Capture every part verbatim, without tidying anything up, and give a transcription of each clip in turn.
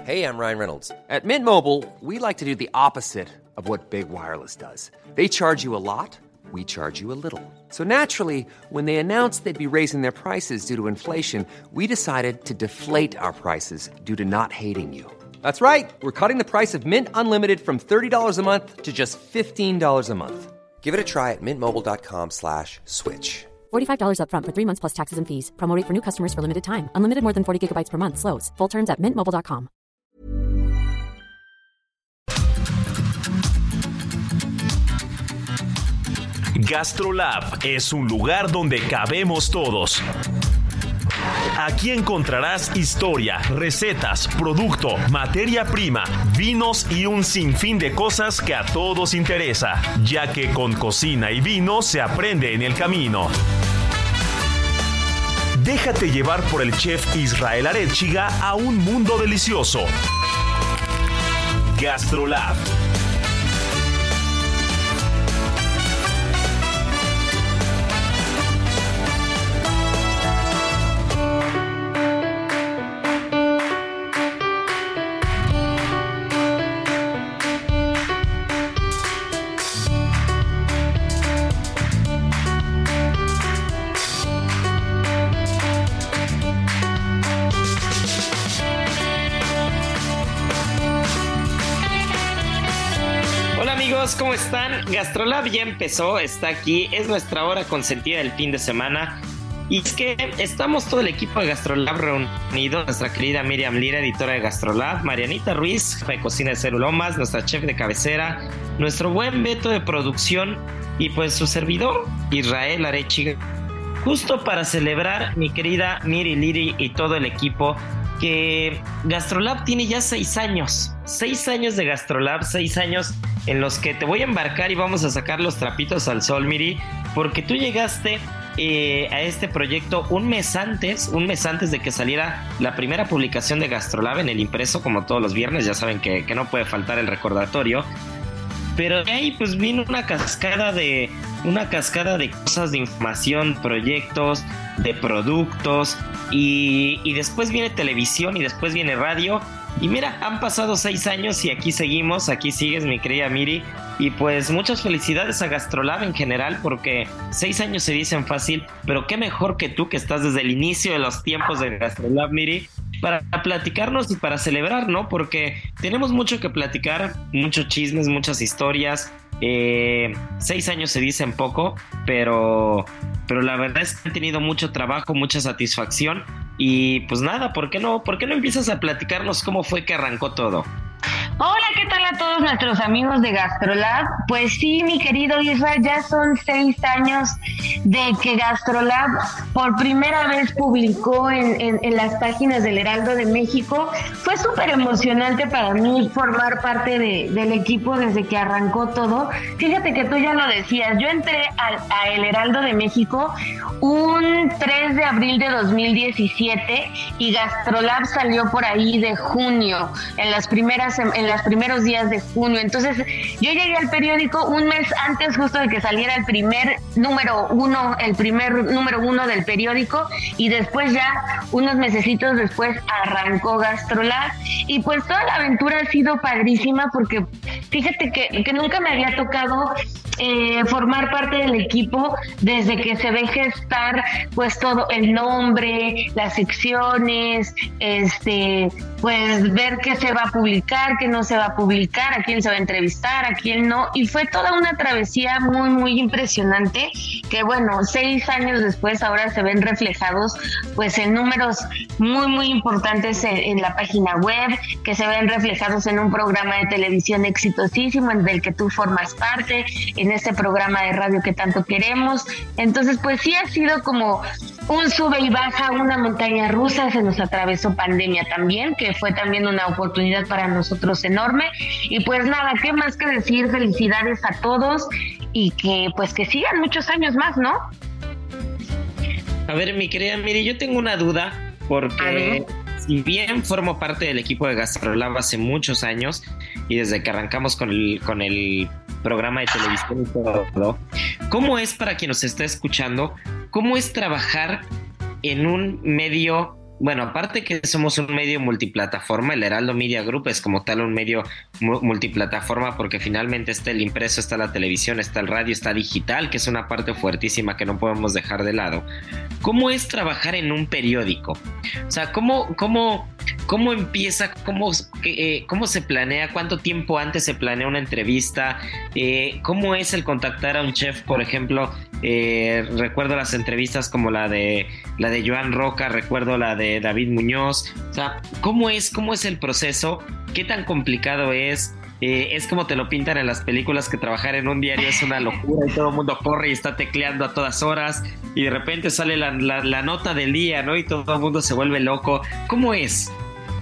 Hey, I'm Ryan Reynolds. At Mint Mobile, we like to do the opposite of what Big Wireless does. They charge you a lot, we charge you a little. So naturally, when they announced they'd be raising their prices due to inflation, we decided to deflate our prices due to not hating you. That's right. We're cutting the price of Mint Unlimited from thirty dollars a month to just fifteen dollars a month. Give it a try at mintmobile.com slash switch. forty-five dollars up front for three months plus taxes and fees. Promo rate for new customers for limited time. Unlimited more than forty gigabytes per month. Slows full terms at mint mobile dot com. GastroLab es un lugar donde cabemos todos. Aquí encontrarás historia, recetas, producto, materia prima, vinos y un sinfín de cosas que a todos interesa, ya que con cocina y vino se aprende en el camino. Déjate llevar por el chef Israel Arechiga a un mundo delicioso. GastroLab. ¿Cómo están? GastroLab ya empezó, está aquí, es nuestra hora consentida del fin de semana. Y es que estamos todo el equipo de GastroLab reunido, nuestra querida Miriam Lira, editora de GastroLab, Marianita Ruiz, jefa de cocina de Cero Lomas, nuestra chef de cabecera, nuestro buen Beto de producción y pues su servidor, Israel Arechiga. Justo para celebrar, mi querida Miri Liri y todo el equipo, que GastroLab tiene ya seis años, seis años de GastroLab, seis años en los que te voy a embarcar y vamos a sacar los trapitos al sol, Miri, porque tú llegaste eh, a este proyecto un mes antes, un mes antes de que saliera la primera publicación de GastroLab en el impreso, como todos los viernes, ya saben que, que no puede faltar el recordatorio. Pero de ahí pues vino una cascada de una cascada de cosas, de información, proyectos, de productos y, y después viene televisión y después viene radio. Y mira, han pasado seis años y aquí seguimos, aquí sigues mi querida Miri. Y pues muchas felicidades a GastroLab en general, porque seis años se dicen fácil, pero qué mejor que tú que estás desde el inicio de los tiempos de GastroLab, Miri, para platicarnos y para celebrar, ¿no? Porque tenemos mucho que platicar, muchos chismes, muchas historias. Eh, seis años se dicen poco, pero, pero la verdad es que han tenido mucho trabajo, mucha satisfacción. Y pues nada, ¿por qué no, por qué no empiezas a platicarnos cómo fue que arrancó todo? Hola, ¿qué tal a todos nuestros amigos de GastroLab? Pues sí, mi querido Israel, ya son seis años de que GastroLab por primera vez publicó en, en, en las páginas del Heraldo de México. Fue súper emocionante para mí formar parte de, del equipo desde que arrancó todo. Fíjate que tú ya lo decías, yo entré al, a El Heraldo de México un tres de abril de dos mil diecisiete y GastroLab salió por ahí de junio, en las primeras en los primeros días de junio. Entonces yo llegué al periódico un mes antes justo de que saliera el primer número uno, el primer número uno del periódico, y después ya unos mesecitos después arrancó GastroLab y pues toda la aventura ha sido padrísima porque fíjate que, que nunca me había tocado eh, formar parte del equipo desde que se ve gestar pues todo el nombre, las secciones, este pues ver qué se va a publicar, qué no se va a publicar, a quién se va a entrevistar, a quién no, y fue toda una travesía muy muy impresionante que bueno, seis años después ahora se ven reflejados pues en números muy muy importantes en, en la página web, que se ven reflejados en un programa de televisión exitosísimo en el que tú formas parte, en este programa de radio que tanto queremos. Entonces pues sí ha sido como un sube y baja, una montaña rusa. Se nos atravesó pandemia también, que fue también una oportunidad para nosotros enorme. Y pues nada, qué más que decir, felicidades a todos y que pues que sigan muchos años más, ¿no? A ver, mi querida Miri, yo tengo una duda, porque si bien formo parte del equipo de GastroLab hace muchos años y desde que arrancamos con el, con el programa de televisión y todo, ¿cómo es, para quien nos está escuchando, cómo es trabajar en un medio bueno, aparte que somos un medio multiplataforma, el Heraldo Media Group es como tal un medio mu- multiplataforma porque finalmente está el impreso, está la televisión, está el radio, está digital, que es una parte fuertísima que no podemos dejar de lado. ¿Cómo es trabajar en un periódico? O sea, ¿cómo, cómo, cómo empieza, cómo, eh, cómo se planea, cuánto tiempo antes se planea una entrevista? Eh, ¿Cómo es el contactar a un chef, por ejemplo? Eh, recuerdo las entrevistas como la de la de Joan Roca, recuerdo la de David Muñoz. O sea, ¿cómo es, cómo es el proceso? ¿Qué tan complicado es? Eh, es como te lo pintan en las películas, que trabajar en un diario es una locura y todo el mundo corre y está tecleando a todas horas y de repente sale la, la, la nota del día, ¿no? Y todo el mundo se vuelve loco. ¿Cómo es?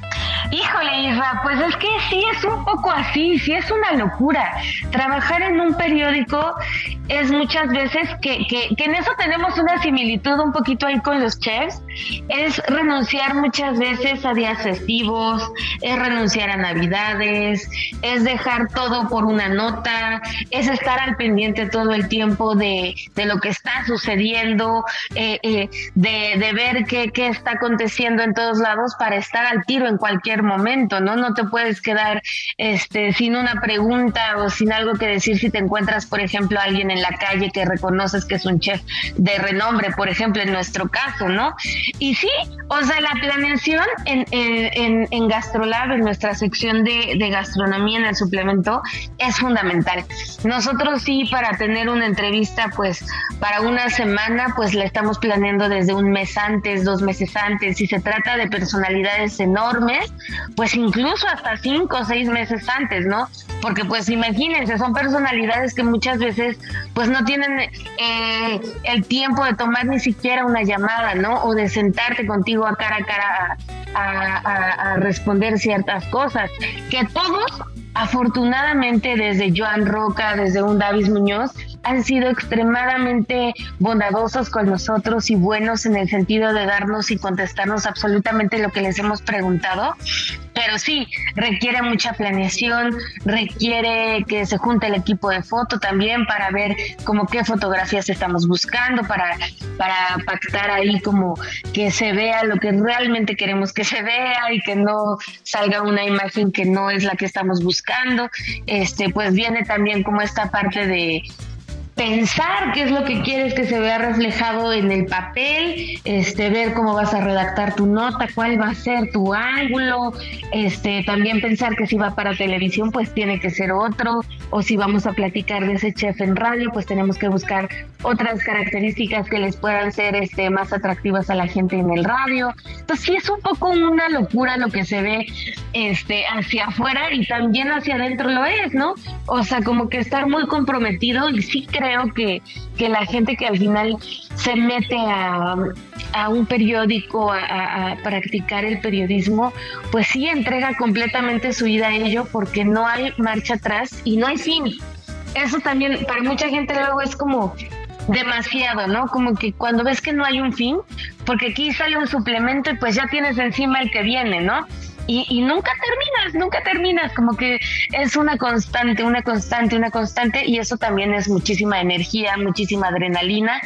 Híjole, Isra, pues es que sí es un poco así, sí es una locura. Trabajar en un periódico es muchas veces que, que, que en eso tenemos una similitud un poquito ahí con los chefs, es renunciar muchas veces a días festivos, es renunciar a navidades, es dejar todo por una nota, es estar al pendiente todo el tiempo de, de lo que está sucediendo, eh, eh, de, de ver qué, qué está aconteciendo en todos lados para estar al tiro en cualquier momento, ¿no? No te puedes quedar este, sin una pregunta o sin algo que decir si te encuentras, por ejemplo, a alguien en la calle que reconoces que es un chef de renombre, por ejemplo, en nuestro caso, ¿no? Y sí, o sea, la planeación en, en, en GastroLab, en nuestra sección de, de gastronomía en el suplemento, es fundamental. Nosotros sí, para tener una entrevista, pues, para una semana, pues la estamos planeando desde un mes antes, dos meses antes. Si se trata de personalidades enormes, pues incluso hasta cinco o seis meses antes, ¿no? Porque pues imagínense, son personalidades que muchas veces pues no tienen eh, el tiempo de tomar ni siquiera una llamada, ¿no? O de sentarte contigo a cara a cara a, a, a, a responder ciertas cosas, que todos, afortunadamente, desde Joan Roca, desde un David Muñoz, han sido extremadamente bondadosos con nosotros y buenos en el sentido de darnos y contestarnos absolutamente lo que les hemos preguntado. Pero sí, requiere mucha planeación, requiere que se junte el equipo de foto también para ver como qué fotografías estamos buscando, para, para pactar ahí como que se vea lo que realmente queremos que se vea y que no salga una imagen que no es la que estamos buscando. Este, pues viene también como esta parte de pensar qué es lo que quieres que se vea reflejado en el papel, este, ver cómo vas a redactar tu nota, cuál va a ser tu ángulo, este, también pensar que si va para televisión, pues tiene que ser otro, o si vamos a platicar de ese chef en radio, pues tenemos que buscar otras características que les puedan ser este, más atractivas a la gente en el radio. Entonces sí es un poco una locura lo que se ve este, hacia afuera y también hacia adentro lo es, ¿no? O sea, como que estar muy comprometido, y sí creo que, que la gente que al final se mete a, a un periódico a, a practicar el periodismo, pues sí entrega completamente su vida a ello, porque no hay marcha atrás y no hay fin. Eso también para mucha gente luego es como demasiado, ¿no? Como que cuando ves que no hay un fin, porque aquí sale un suplemento y pues ya tienes encima el que viene, ¿no? Y, y nunca terminas, nunca terminas, como que es una constante, una constante, una constante, y eso también es muchísima energía, muchísima adrenalina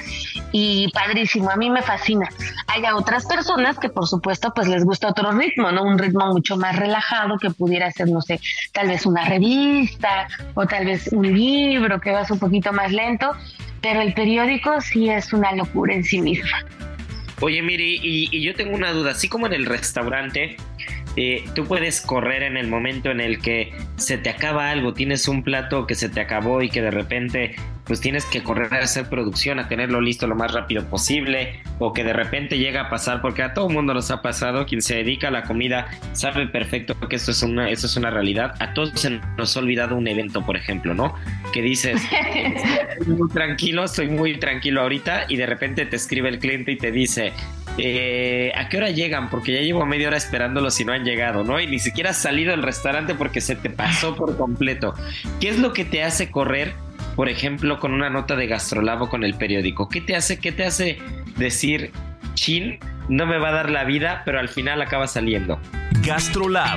y padrísimo, a mí me fascina. Hay a otras personas que por supuesto pues les gusta otro ritmo, ¿no? Un ritmo mucho más relajado que pudiera ser, no sé, tal vez una revista o tal vez un libro que vas un poquito más lento, pero el periódico sí es una locura en sí misma. Oye, Miri, y, y yo tengo una duda, así como en el restaurante, Eh, tú puedes correr en el momento en el que se te acaba algo, tienes un plato que se te acabó y que de repente pues tienes que correr a hacer producción, a tenerlo listo lo más rápido posible, o que de repente llega a pasar, porque a todo mundo nos ha pasado, quien se dedica a la comida sabe perfecto que esto es una, esto es una realidad. A todos se nos ha olvidado un evento, por ejemplo, ¿no? Que dices, estoy muy tranquilo, estoy muy tranquilo ahorita, y de repente te escribe el cliente y te dice, Eh, ¿a qué hora llegan? Porque ya llevo media hora esperándolos y no han llegado, ¿no? Y ni siquiera has salido del restaurante porque se te pasó por completo. ¿Qué es lo que te hace correr, por ejemplo, con una nota de GastroLab o con el periódico? ¿Qué te hace, qué te hace decir, chin, no me va a dar la vida, pero al final acaba saliendo? GastroLab.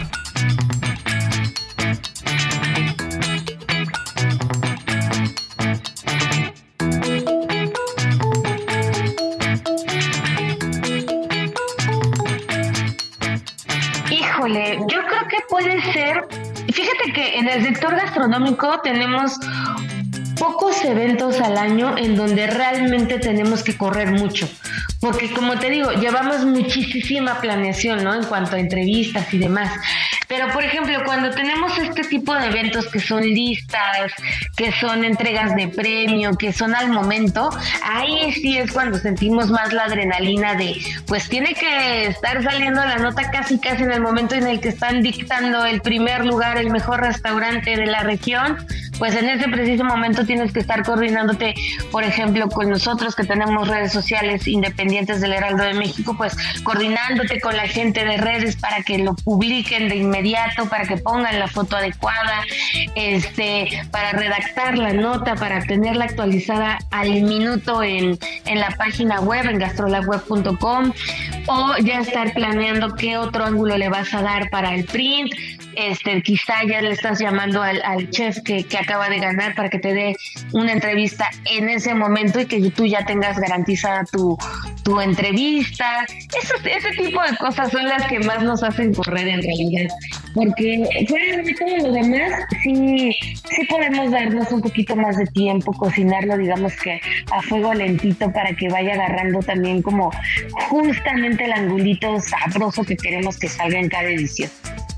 puede ser, fíjate que en el sector gastronómico tenemos pocos eventos al año en donde realmente tenemos que correr mucho, porque como te digo, llevamos muchísima planeación, ¿no? En cuanto a entrevistas y demás. Pero, por ejemplo, cuando tenemos este tipo de eventos que son listas, que son entregas de premio, que son al momento, ahí sí es cuando sentimos más la adrenalina de, pues tiene que estar saliendo la nota casi casi en el momento en el que están dictando el primer lugar, el mejor restaurante de la región, pues en ese preciso momento tienes que estar coordinándote, por ejemplo, con nosotros que tenemos redes sociales independientes del Heraldo de México, pues coordinándote con la gente de redes para que lo publiquen de inmediato, para que pongan la foto adecuada, este, para redactar la nota, para tenerla actualizada al minuto en, en la página web, en gastrolab web punto com, o ya estar planeando qué otro ángulo le vas a dar para el print. Este, quizá ya le estás llamando al, al chef que, que acaba de ganar para que te dé una entrevista en ese momento y que tú ya tengas garantizada tu, tu entrevista. Eso, ese tipo de cosas son las que más nos hacen correr en realidad, porque fuera de todo lo demás sí, sí podemos darnos un poquito más de tiempo, cocinarlo digamos que a fuego lentito para que vaya agarrando también como justamente el angulito sabroso que queremos que salga en cada edición.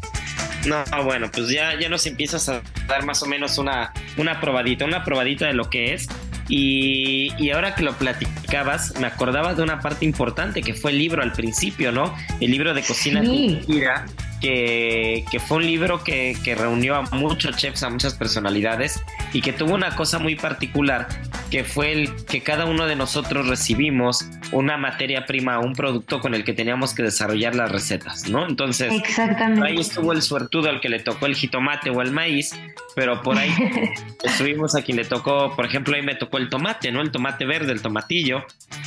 No, bueno, pues ya, ya nos empiezas a dar más o menos una, una probadita, una probadita de lo que es. Y, y ahora que lo platicabas, me acordaba de una parte importante que fue el libro al principio, ¿no? El libro de Cocina que Inspira, que, que fue un libro que, que reunió a muchos chefs, a muchas personalidades, y que tuvo una cosa muy particular, que fue el que cada uno de nosotros recibimos una materia prima, un producto con el que teníamos que desarrollar las recetas, ¿no? Entonces, exactamente, ahí estuvo el suertudo al que le tocó el jitomate o el maíz, pero por ahí estuvimos a quien le tocó, por ejemplo, ahí me tocó el tomate, ¿no? El tomate verde, el tomatillo,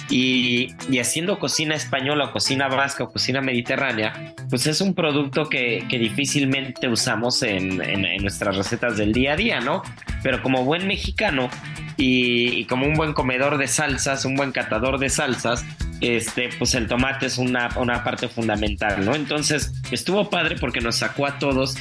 y, y haciendo cocina española o cocina vasca o cocina mediterránea, pues es un producto que, que difícilmente usamos en, en, en nuestras recetas del día a día, ¿no? Pero como buen mexicano y, y como un buen comedor de salsas, un buen catador de salsas, este, pues el tomate es una, una parte fundamental, ¿no? Entonces estuvo padre porque nos sacó a todos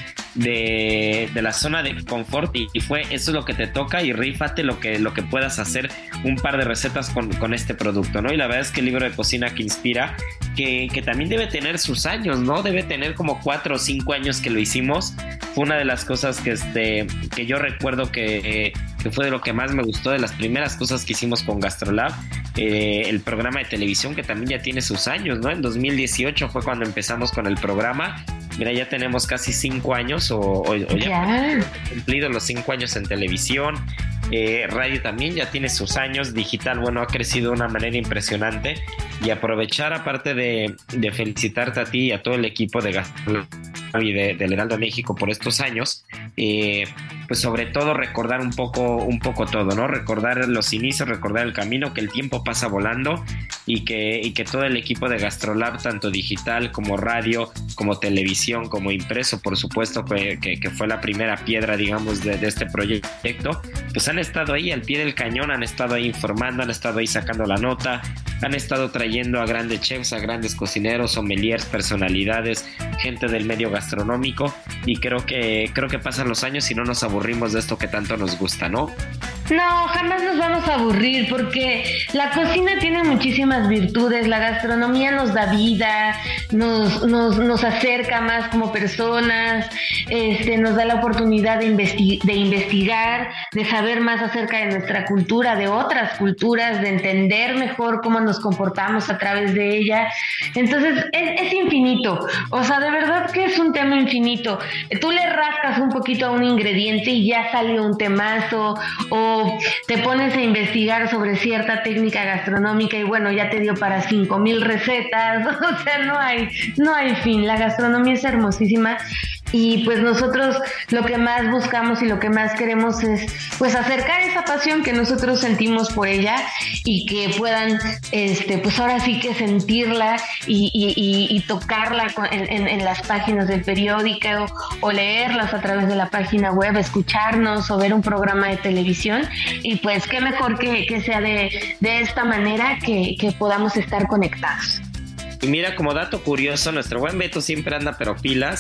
de, de la zona de confort y, y fue, eso es lo que te toca y rífate lo que, lo que puedas hacer, un par de recetas con, con este producto, ¿no? Y la verdad es que el libro de Cocina que Inspira, que, que también debe tener sus años, ¿no? Debe tener como cuatro o cinco años que lo hicimos. Fue una de las cosas que, este, que yo recuerdo que, que fue de lo que más me gustó, de las primeras cosas que hicimos con GastroLab, eh, el programa de televisión que también ya tiene sus años, ¿no? En dos mil dieciocho fue cuando empezamos con el programa. Mira, ya tenemos casi cinco años o, o, o ya yeah. hemos cumplido los cinco años en televisión. Eh, radio también ya tiene sus años, digital, bueno, ha crecido de una manera impresionante. Y aprovechar, aparte de, de felicitarte a ti y a todo el equipo de GastroLab y de, del Heraldo de México por estos años, eh, pues sobre todo recordar un poco, un poco todo, ¿no? Recordar los inicios, recordar el camino, que el tiempo pasa volando y que, y que todo el equipo de GastroLab, tanto digital como radio, como televisión, como impreso, por supuesto, que, que, que fue la primera piedra, digamos, de, de este proyecto, pues han estado ahí al pie del cañón, han estado ahí informando, han estado ahí sacando la nota, han estado trayendo a grandes chefs, a grandes cocineros, sommeliers, personalidades, gente del medio gastronómico, y creo que creo que pasan los años y no nos aburrimos de esto que tanto nos gusta, ¿no? No, jamás nos vamos a aburrir porque la cocina tiene muchísimas virtudes, la gastronomía nos da vida, nos, nos, nos acerca más como personas, este, nos da la oportunidad de, investi- de investigar, de saber más acerca de nuestra cultura, de otras culturas, de entender mejor cómo nos comportamos a través de ella. Entonces es, es infinito, o sea, de verdad que es un tema infinito. Tú le rascas un poquito a un ingrediente y ya sale un temazo, o te pones a investigar sobre cierta técnica gastronómica y bueno, ya te dio para cinco mil recetas. O sea, no hay, no hay fin. La gastronomía es hermosísima y pues nosotros lo que más buscamos y lo que más queremos es pues acercar esa pasión que nosotros sentimos por ella y que puedan este pues ahora sí que sentirla y, y, y, y tocarla en, en, en las páginas del periódico o leerlas a través de la página web, escucharnos o ver un programa de televisión. Y pues qué mejor que, que sea de, de esta manera que, que podamos estar conectados. Y mira, como dato curioso, nuestro buen Beto siempre anda pero pilas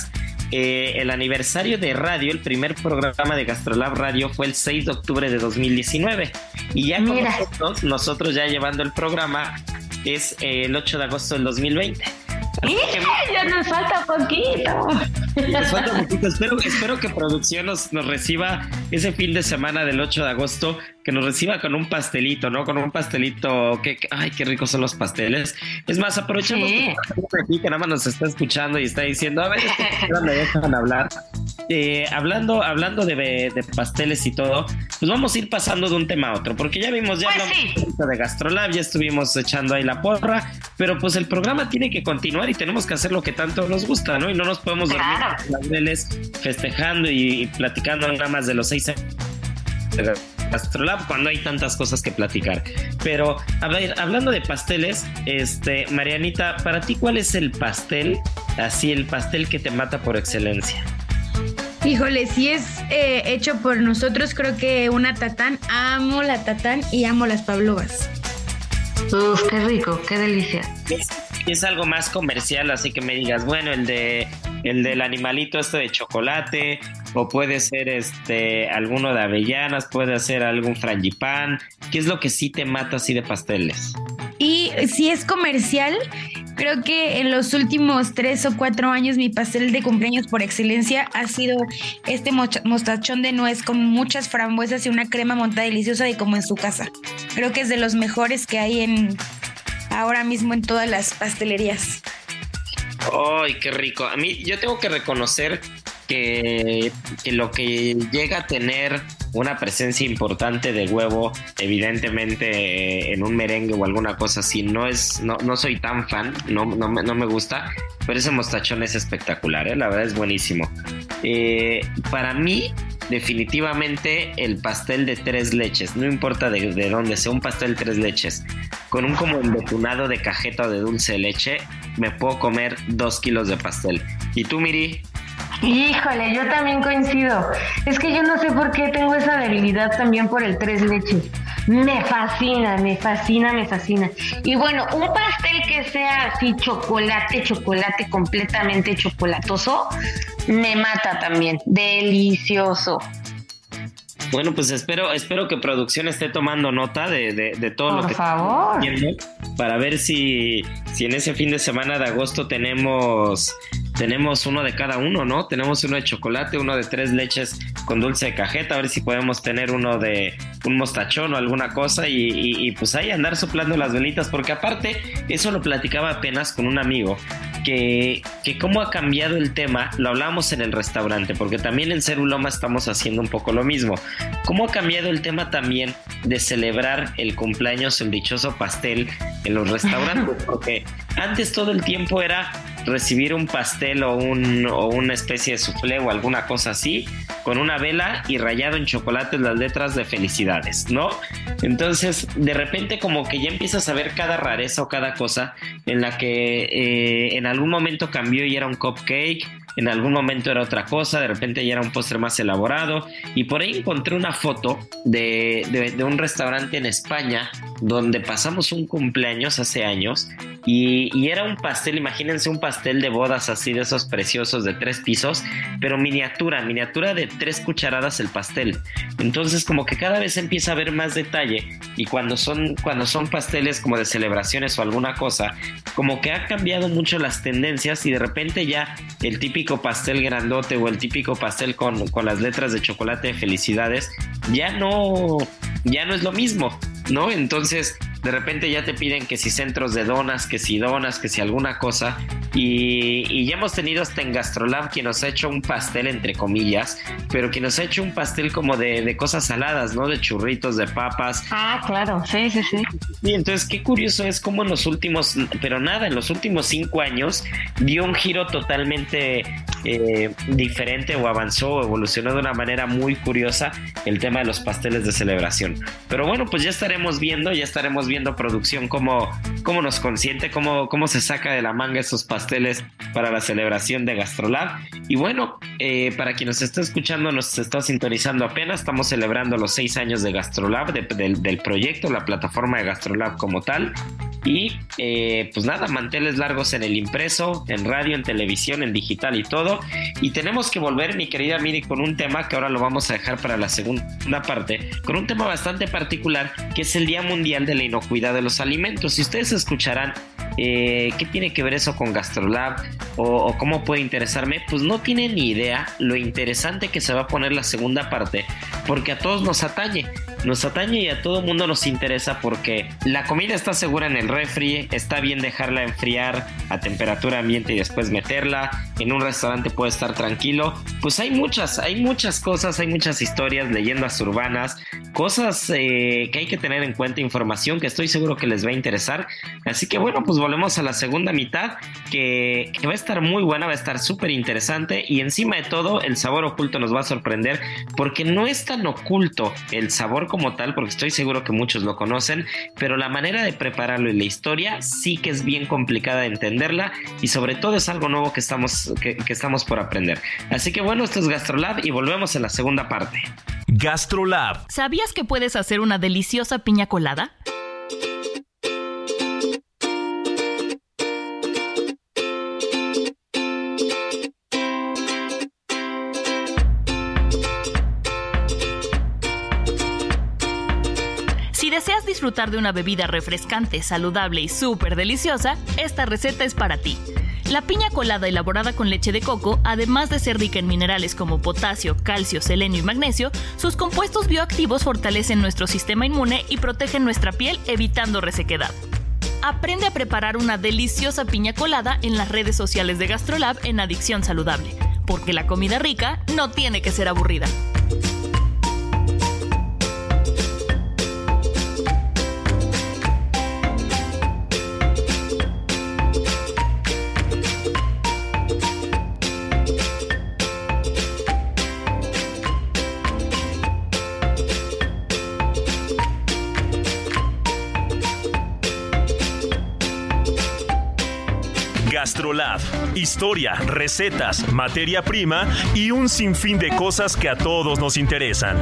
eh, el aniversario de radio, el primer programa de GastroLab Radio fue el seis de octubre de dos mil diecinueve. Y ya con nosotros, nosotros ya llevando el programa, es eh, el ocho de agosto del dos mil veinte. Que... ya nos falta poquito. Nos falta poquito. Espero, espero que producción nos, nos reciba ese fin de semana del ocho de agosto, que nos reciba con un pastelito, ¿no? Con un pastelito, que, que ay, qué ricos son los pasteles. Es más, aprovechemos sí. que, aquí, que nada más nos está escuchando y está diciendo, a ver, no me dejan hablar. Eh, hablando, hablando de, de pasteles y todo, pues vamos a ir pasando de un tema a otro, porque ya vimos, ya pues hablamos sí. de GastroLab, ya estuvimos echando ahí la porra, pero pues el programa tiene que continuar y tenemos que hacer lo que tanto nos gusta, ¿no? Y no nos podemos dormir claro. en las veles festejando y, y platicando nada más de los seis años de GastroLab cuando hay tantas cosas que platicar. Pero, a ver, hablando de pasteles, este, Marianita, para ti, ¿cuál es el pastel, así el pastel que te mata por excelencia? Híjole, si es eh, hecho por nosotros, creo que una tatán. Amo la tatán y amo las pavlovas. Uf, qué rico, qué delicia. Es, es algo más comercial, así que me digas, bueno, el de el del animalito este de chocolate, o puede ser este alguno de avellanas, puede ser algún frangipán. ¿Qué es lo que sí te mata así de pasteles? Y si es comercial, creo que en los últimos tres o cuatro años mi pastel de cumpleaños por excelencia ha sido este mostachón de nuez con muchas frambuesas y una crema montada deliciosa de como en su casa. Creo que es de los mejores que hay en ahora mismo en todas las pastelerías. ¡Ay, qué rico! A mí, yo tengo que reconocer que, que lo que llega a tener una presencia importante de huevo, evidentemente en un merengue o alguna cosa así, no es, no, no soy tan fan, no, no, no me gusta, pero ese mostachón es espectacular, ¿eh? La verdad es buenísimo. Eh, para mí, definitivamente el pastel de tres leches, no importa de, de dónde sea, un pastel de tres leches, con un como embetunado de cajeta o de dulce de leche, me puedo comer dos kilos de pastel. ¿Y tú, Miri? Híjole, yo también coincido. Es que yo no sé por qué tengo esa debilidad también por el tres leches. Me fascina, me fascina, me fascina. Y bueno, un pastel que sea así chocolate, chocolate completamente chocolatoso, me mata también. Delicioso. Bueno, pues espero, espero que producción esté tomando nota de, de, de todo Por lo que favor. estamos haciendo, para ver si, si en ese fin de semana de agosto tenemos, tenemos uno de cada uno, ¿no? Tenemos uno de chocolate, uno de tres leches con dulce de cajeta, a ver si podemos tener uno de un mostachón o alguna cosa y, y, y pues ahí andar soplando las velitas, porque aparte, eso lo platicaba apenas con un amigo, que, que cómo ha cambiado el tema, lo hablábamos en el restaurante, porque también en Ceruloma estamos haciendo un poco lo mismo. ¿Cómo ha cambiado el tema también de celebrar el cumpleaños, el dichoso pastel en los restaurantes? Porque antes todo el tiempo era recibir un pastel o, un, o una especie de soufflé o alguna cosa así, con una vela y rayado en chocolate las letras de felicidades, ¿no? Entonces, de repente como que ya empiezas a ver cada rareza o cada cosa en la que eh, en algún momento cambió y era un cupcake, en algún momento era otra cosa, de repente ya era un postre más elaborado, y por ahí encontré una foto de, de, de un restaurante en España donde pasamos un cumpleaños hace años y, y era un pastel, imagínense un pastel de bodas así de esos preciosos de tres pisos, pero miniatura, miniatura de tres cucharadas el pastel. Entonces como que cada vez empieza a haber más detalle, y cuando son, cuando son pasteles como de celebraciones o alguna cosa, como que ha cambiado mucho las tendencias y de repente ya el típico pastel grandote o el típico pastel con, con las letras de chocolate de felicidades ya no, ya no es lo mismo, ¿no? Entonces de repente ya te piden que si centros de donas, que si donas, que si alguna cosa, y, y ya hemos tenido hasta en GastroLab quien nos ha hecho un pastel entre comillas, pero quien nos ha hecho un pastel como de, de cosas saladas, ¿no? De churritos, de papas. Ah, claro, sí, sí, sí. Y entonces qué curioso es cómo en los últimos, pero nada, en los últimos cinco años dio un giro totalmente eh, diferente, o avanzó o evolucionó de una manera muy curiosa el tema de los pasteles de celebración. Pero bueno, pues ya estaremos viendo, ya estaremos viendo producción cómo, cómo nos consiente, cómo, cómo se saca de la manga esos pasteles para la celebración de GastroLab. Y bueno, eh, para quien nos está escuchando, nos está sintonizando apenas, estamos celebrando los seis años de GastroLab, de, de, del proyecto, la plataforma de GastroLab como tal. Y eh, pues nada, manteles largos en el impreso, en radio, en televisión, en digital y todo. Y tenemos que volver, mi querida Miri, con un tema que ahora lo vamos a dejar para la segunda parte, con un tema bastante particular, que es el Día Mundial de la Inocuidad de los Alimentos. Si ustedes escucharán Eh, ¿qué tiene que ver eso con GastroLab? O, o cómo puede interesarme, pues no tienen ni idea lo interesante que se va a poner la segunda parte, porque a todos nos atañe, nos atañe y a todo mundo nos interesa, porque la comida está segura en el refri, está bien dejarla enfriar a temperatura ambiente y después meterla, en un restaurante puede estar tranquilo. Pues hay muchas, hay muchas cosas, hay muchas historias, leyendas urbanas, cosas eh, que hay que tener en cuenta, información que estoy seguro que les va a interesar. Así que bueno, pues volvemos a la segunda mitad, que, que va a estar muy buena, va a estar súper interesante, y encima de todo el sabor oculto nos va a sorprender, porque no es tan oculto el sabor como tal, porque estoy seguro que muchos lo conocen, pero la manera de prepararlo y la historia sí que es bien complicada de entenderla, y sobre todo es algo nuevo que estamos, que, que estamos por aprender. Así que bueno, esto es GastroLab y volvemos en la segunda parte. GastroLab. ¿Sabías que puedes hacer una deliciosa piña colada? Si deseas disfrutar de una bebida refrescante, saludable y súper deliciosa, esta receta es para ti. La piña colada elaborada con leche de coco, además de ser rica en minerales como potasio, calcio, selenio y magnesio, sus compuestos bioactivos fortalecen nuestro sistema inmune y protegen nuestra piel, evitando resequedad. Aprende a preparar una deliciosa piña colada en las redes sociales de GastroLab en Adicción Saludable, porque la comida rica no tiene que ser aburrida. GastroLab. Historia, recetas, materia prima y un sinfín de cosas que a todos nos interesan.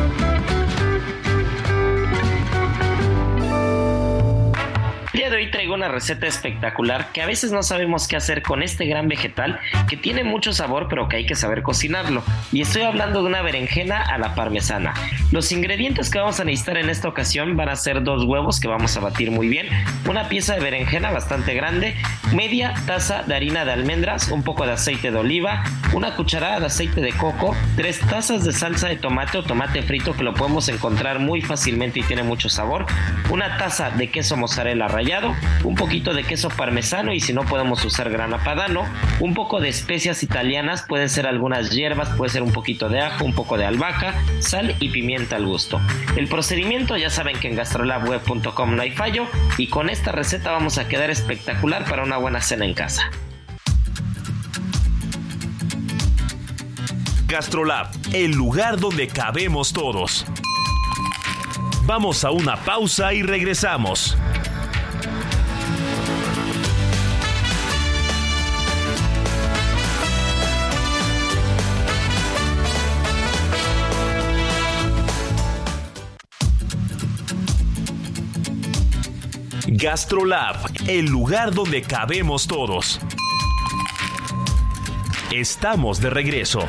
El día de hoy traigo una receta espectacular que a veces no sabemos qué hacer con este gran vegetal que tiene mucho sabor, pero que hay que saber cocinarlo. Y estoy hablando de una berenjena a la parmesana. Los ingredientes que vamos a necesitar en esta ocasión van a ser dos huevos que vamos a batir muy bien, una pieza de berenjena bastante grande, media taza de harina de almendras, un poco de aceite de oliva, una cucharada de aceite de coco, tres tazas de salsa de tomate o tomate frito que lo podemos encontrar muy fácilmente y tiene mucho sabor, una taza de queso mozzarella rallado, un poquito de queso parmesano y si no podemos usar grana padano, un poco de especias italianas, pueden ser algunas hierbas, puede ser un poquito de ajo, un poco de albahaca, sal y pimienta al gusto. El procedimiento ya saben que en gastrolab web punto com no hay fallo y con esta receta vamos a quedar espectacular para una buena cena en casa. GastroLab, el lugar donde cabemos todos. Vamos a una pausa y regresamos. GastroLab, el lugar donde cabemos todos. Estamos de regreso.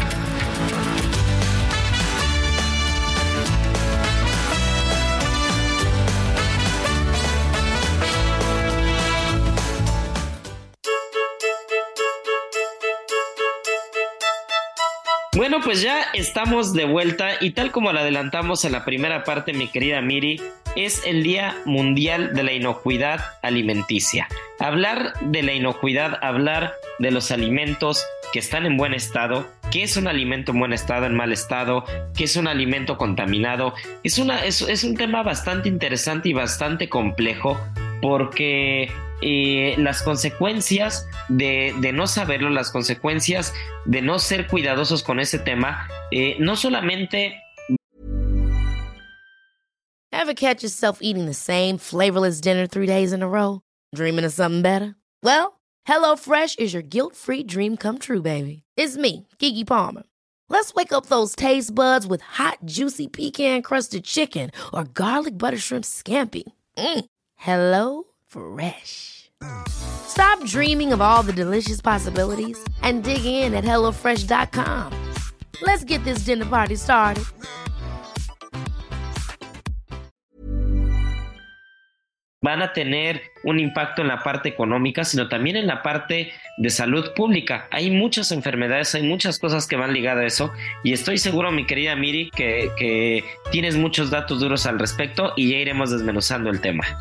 Bueno, pues ya estamos de vuelta y tal como lo adelantamos en la primera parte, mi querida Miri, es el Día Mundial de la Inocuidad Alimenticia. Hablar de la inocuidad, hablar de los alimentos que están en buen estado, qué es un alimento en buen estado, en mal estado, qué es un alimento contaminado, es, una, es, es un tema bastante interesante y bastante complejo porque eh, las consecuencias de, de no saberlo, las consecuencias de no ser cuidadosos con ese tema, eh, no solamente... Ever catch yourself eating the same flavorless dinner three days in a row? Dreaming of something better? Well, HelloFresh is your guilt-free dream come true, baby. It's me, Keke Palmer. Let's wake up those taste buds with hot, juicy pecan-crusted chicken or garlic butter shrimp scampi. Mm. Hello Fresh. Stop dreaming of all the delicious possibilities and dig in at hello fresh dot com. Let's get this dinner party started. Van a tener un impacto en la parte económica, sino también en la parte de salud pública. Hay muchas enfermedades, hay muchas cosas que van ligadas a eso, y estoy seguro, mi querida Miri, que, que tienes muchos datos duros al respecto y ya iremos desmenuzando el tema.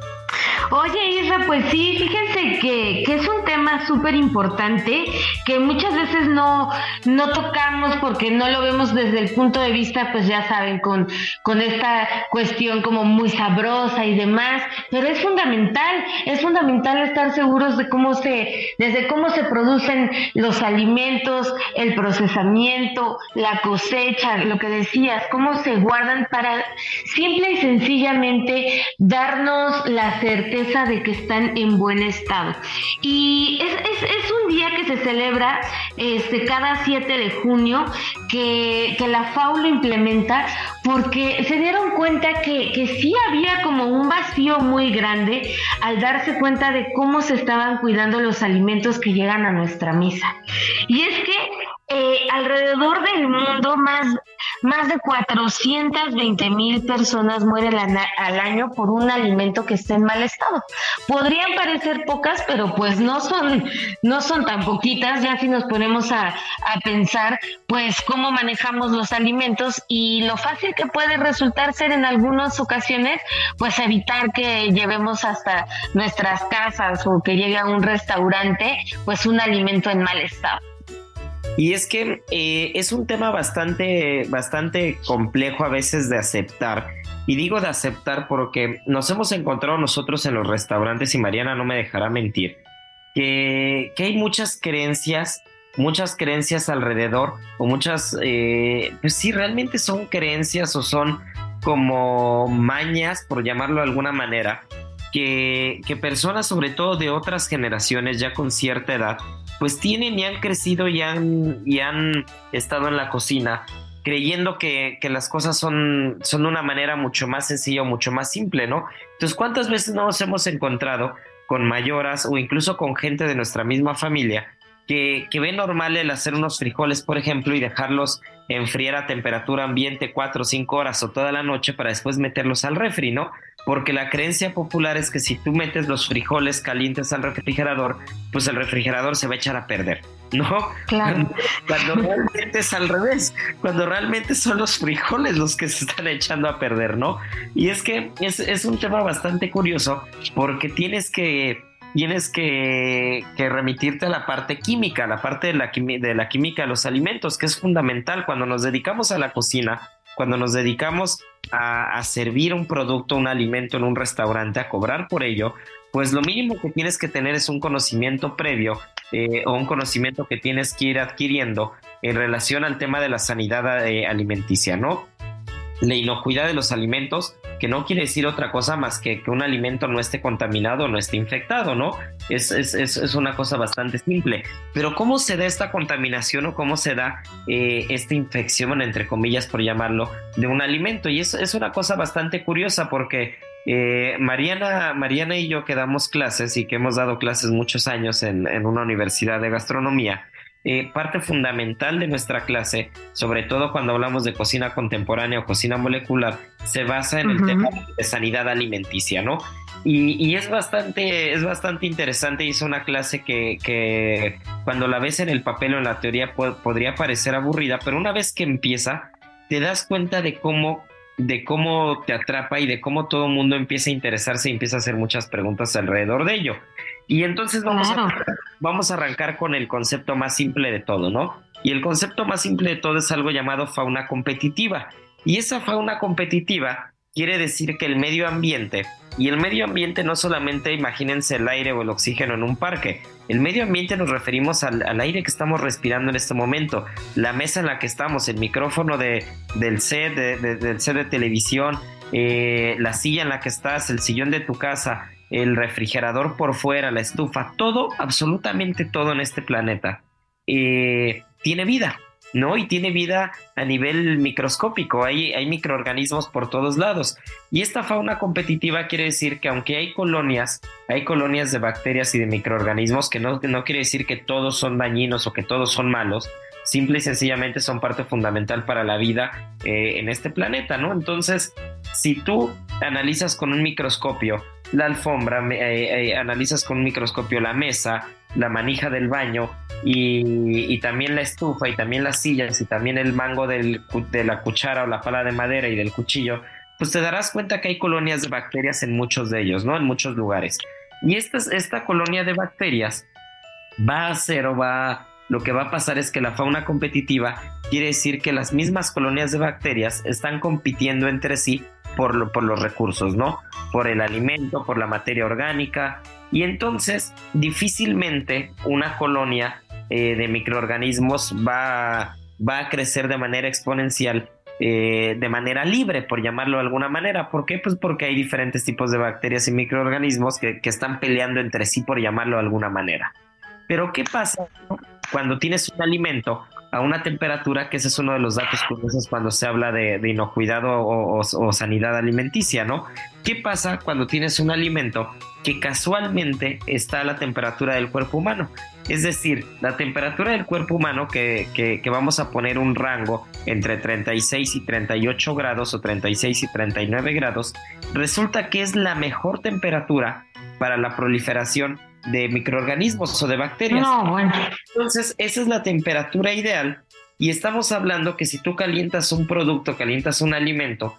Oye, Isra, pues sí, fíjense que, que es un tema súper importante que muchas veces no, no tocamos porque no lo vemos desde el punto de vista, pues ya saben, con, con esta cuestión como muy sabrosa y demás, pero es fundamental, es fundamental estar seguros de cómo se, desde cómo se producen los alimentos, el procesamiento, la cosecha, lo que decías, cómo se guardan para simple y sencillamente darnos la certeza de que están en buen estado. Y es, es, es un día que se celebra este, cada siete de junio, que, que la F A O lo implementa porque se dieron cuenta que, que sí había como un vacío muy grande al darse cuenta de cómo se estaban cuidando los alimentos que llegan a nuestra mesa. Y es que eh, alrededor del mundo más, más de cuatrocientas veinte mil personas mueren al, al año por un alimento que esté en mal estado. Podrían parecer pocas, pero pues no son, no son tan poquitas, ya si nos ponemos a, a pensar pues cómo manejamos los alimentos y lo fácil que puede resultar ser en algunas ocasiones pues evitar que llevemos hasta nuestras casas o que llegue a un restaurante pues un alimento en mal estado. Y es que eh, es un tema bastante, bastante complejo a veces de aceptar. Y digo de aceptar porque nos hemos encontrado nosotros en los restaurantes, y Mariana no me dejará mentir, que, que hay muchas creencias, muchas creencias alrededor, o muchas, eh, pues sí, realmente son creencias o son como mañas, por llamarlo de alguna manera, que, que personas, sobre todo de otras generaciones ya con cierta edad, pues tienen y han crecido y han, y han estado en la cocina creyendo que, que las cosas son, son de una manera mucho más sencilla o mucho más simple, ¿no? Entonces, ¿cuántas veces nos hemos encontrado con mayoras o incluso con gente de nuestra misma familia que, que ve normal el hacer unos frijoles, por ejemplo, y dejarlos enfriar a temperatura ambiente cuatro o cinco horas o toda la noche para después meterlos al refri, ¿no? Porque la creencia popular es que si tú metes los frijoles calientes al refrigerador, pues el refrigerador se va a echar a perder, ¿no? Claro. Cuando realmente es al revés, cuando realmente son los frijoles los que se están echando a perder, ¿no? Y es que es, es un tema bastante curioso porque tienes que... tienes que, que remitirte a la parte química, la parte de la, de la química de los alimentos, que es fundamental cuando nos dedicamos a la cocina, cuando nos dedicamos a, a servir un producto, un alimento en un restaurante, a cobrar por ello, pues lo mínimo que tienes que tener es un conocimiento previo eh, o un conocimiento que tienes que ir adquiriendo en relación al tema de la sanidad eh, alimenticia, ¿no? La inocuidad de los alimentos, que no quiere decir otra cosa más que que un alimento no esté contaminado, no esté infectado, ¿no? Es, es, es, es una cosa bastante simple. Pero ¿cómo se da esta contaminación o cómo se da eh, esta infección, entre comillas, por llamarlo, de un alimento? Y es, es una cosa bastante curiosa porque eh, Mariana, Mariana y yo que damos clases y que hemos dado clases muchos años en, en una universidad de gastronomía, Eh, parte fundamental de nuestra clase, sobre todo cuando hablamos de cocina contemporánea o cocina molecular, se basa en uh-huh. el tema de sanidad alimenticia, ¿no? Y, y es bastante, es bastante interesante. Hizo una clase que, que cuando la ves en el papel o en la teoría po- podría parecer aburrida, pero una vez que empieza, te das cuenta de cómo, de cómo te atrapa y de cómo todo el mundo empieza a interesarse y empieza a hacer muchas preguntas alrededor de ello. Y entonces vamos, claro. a, vamos a arrancar con el concepto más simple de todo, ¿no? Y el concepto más simple de todo es algo llamado fauna competitiva. Y esa fauna competitiva quiere decir que el medio ambiente, y el medio ambiente no solamente imagínense el aire o el oxígeno en un parque, el medio ambiente nos referimos al, al aire que estamos respirando en este momento, la mesa en la que estamos, el micrófono de, del set de, de, del set de televisión, eh, la silla en la que estás, el sillón de tu casa, el refrigerador por fuera, la estufa, todo, absolutamente todo en este planeta eh, tiene vida. ¿no? Y tiene vida a nivel microscópico, hay, hay microorganismos por todos lados. Y esta fauna competitiva quiere decir que aunque hay colonias, hay colonias de bacterias y de microorganismos, que no, no quiere decir que todos son dañinos o que todos son malos, simple y sencillamente son parte fundamental para la vida eh, en este planeta, ¿no? Entonces, si tú analizas con un microscopio la alfombra, eh, eh, analizas con un microscopio la mesa, la manija del baño y, y también la estufa y también las sillas y también el mango del, de la cuchara o la pala de madera y del cuchillo, pues te darás cuenta que hay colonias de bacterias en muchos de ellos, ¿no? En muchos lugares. Y esta, esta colonia de bacterias va a hacer o va... Lo que va a pasar es que la fauna competitiva quiere decir que las mismas colonias de bacterias están compitiendo entre sí por, lo, por los recursos, ¿no? Por el alimento, por la materia orgánica. Y entonces difícilmente una colonia eh, de microorganismos va, va a crecer de manera exponencial, eh, de manera libre, por llamarlo de alguna manera. ¿Por qué? Pues porque hay diferentes tipos de bacterias y microorganismos que, que están peleando entre sí, por llamarlo de alguna manera. Pero ¿qué pasa cuando tienes un alimento a una temperatura, que ese es uno de los datos curiosos cuando se habla de, de inocuidad o, o, o sanidad alimenticia, ¿no? ¿Qué pasa cuando tienes un alimento que casualmente está a la temperatura del cuerpo humano? Es decir, la temperatura del cuerpo humano, que, que, que vamos a poner un rango entre treinta y seis y treinta y ocho grados o treinta y seis y treinta y nueve grados, resulta que es la mejor temperatura para la proliferación de microorganismos o de bacterias. No, bueno. Entonces, esa es la temperatura ideal y estamos hablando que si tú calientas un producto, calientas un alimento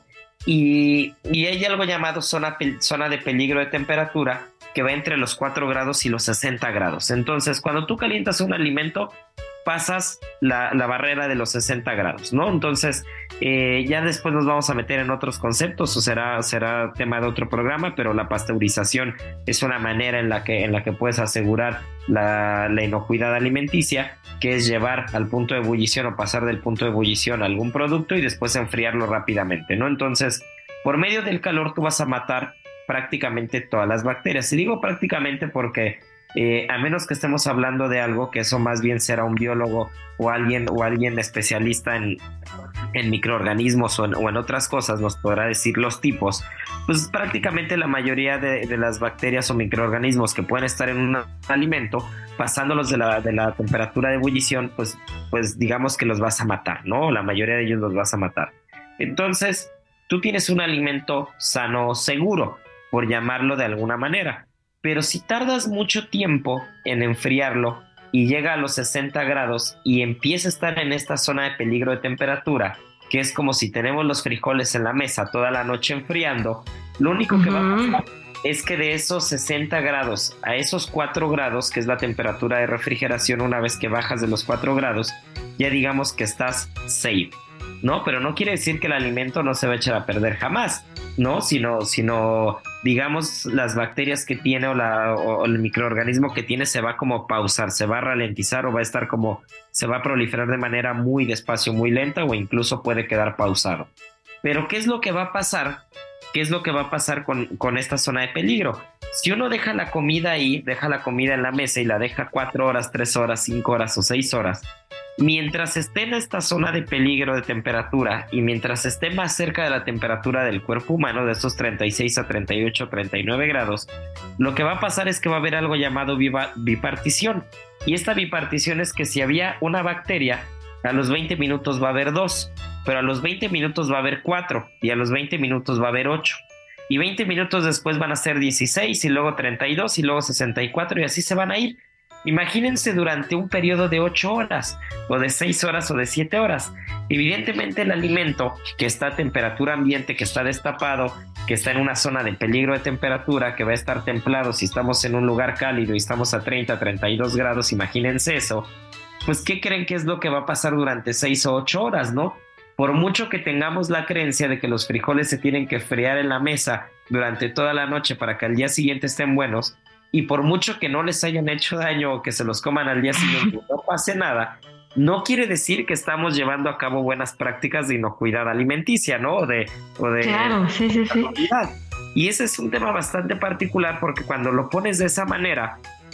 y, y hay algo llamado zona, zona de peligro de temperatura que va entre los cuatro grados y los sesenta grados. Entonces, cuando tú calientas un alimento, pasas la, la barrera de los sesenta grados, ¿no? Entonces, eh, ya después nos vamos a meter en otros conceptos, o será, será tema de otro programa, pero la pasteurización es una manera en la que, en la que puedes asegurar la, la inocuidad alimenticia, que es llevar al punto de ebullición o pasar del punto de ebullición a algún producto y después enfriarlo rápidamente, ¿no? Entonces, por medio del calor tú vas a matar prácticamente todas las bacterias. Y digo prácticamente porque Eh, a menos que estemos hablando de algo que eso más bien será un biólogo o alguien o alguien especialista en, en microorganismos o en, o en otras cosas nos podrá decir los tipos, pues prácticamente la mayoría de, de las bacterias o microorganismos que pueden estar en un alimento, pasándolos de la, de la temperatura de ebullición, pues, pues digamos que los vas a matar, ¿no? La mayoría de ellos los vas a matar. Entonces, tú tienes un alimento sano, seguro, por llamarlo de alguna manera. Pero si tardas mucho tiempo en enfriarlo y llega a los sesenta grados y empieza a estar en esta zona de peligro de temperatura, que es como si tenemos los frijoles en la mesa toda la noche enfriando, lo único que uh-huh. va a pasar es que de esos sesenta grados a esos cuatro grados, que es la temperatura de refrigeración, una vez que bajas de los cuatro grados, ya digamos que estás safe, ¿no? Pero no quiere decir que el alimento no se va a echar a perder jamás, ¿no? Sino, sino digamos, las bacterias que tiene o, la, o el microorganismo que tiene se va como a pausar, se va a ralentizar o va a estar como, se va a proliferar de manera muy despacio, muy lenta o incluso puede quedar pausado. Pero ¿qué es lo que va a pasar? ¿Qué es lo que va a pasar con, con esta zona de peligro? Si uno deja la comida ahí, deja la comida en la mesa y la deja cuatro horas, tres horas, cinco horas o seis horas, mientras esté en esta zona de peligro de temperatura y mientras esté más cerca de la temperatura del cuerpo humano, de esos treinta y seis a treinta y ocho, treinta y nueve grados, lo que va a pasar es que va a haber algo llamado biva- bipartición. Y esta bipartición es que si había una bacteria, a los veinte minutos va a haber dos, pero a los veinte minutos va a haber cuatro y a los veinte minutos va a haber ocho. Y veinte minutos después van a ser dieciséis y luego treinta y dos y luego sesenta y cuatro y así se van a ir. Imagínense durante un periodo de ocho horas o de seis horas o de siete horas. Evidentemente el alimento que está a temperatura ambiente, que está destapado, que está en una zona de peligro de temperatura, que va a estar templado si estamos en un lugar cálido y estamos a treinta, treinta y dos grados, imagínense eso. Pues ¿qué creen que es lo que va a pasar durante seis o ocho horas, no? Por mucho que tengamos la creencia de que los frijoles se tienen que freír en la mesa durante toda la noche para que al día siguiente estén buenos, y por mucho que no les hayan hecho daño o que se los coman al día siguiente no pase nada, no quiere decir que estamos llevando a cabo buenas prácticas de inocuidad alimenticia, ¿no? O de, o de claro, sí, sí, sí. Y ese es un tema bastante particular porque cuando lo pones de esa manera,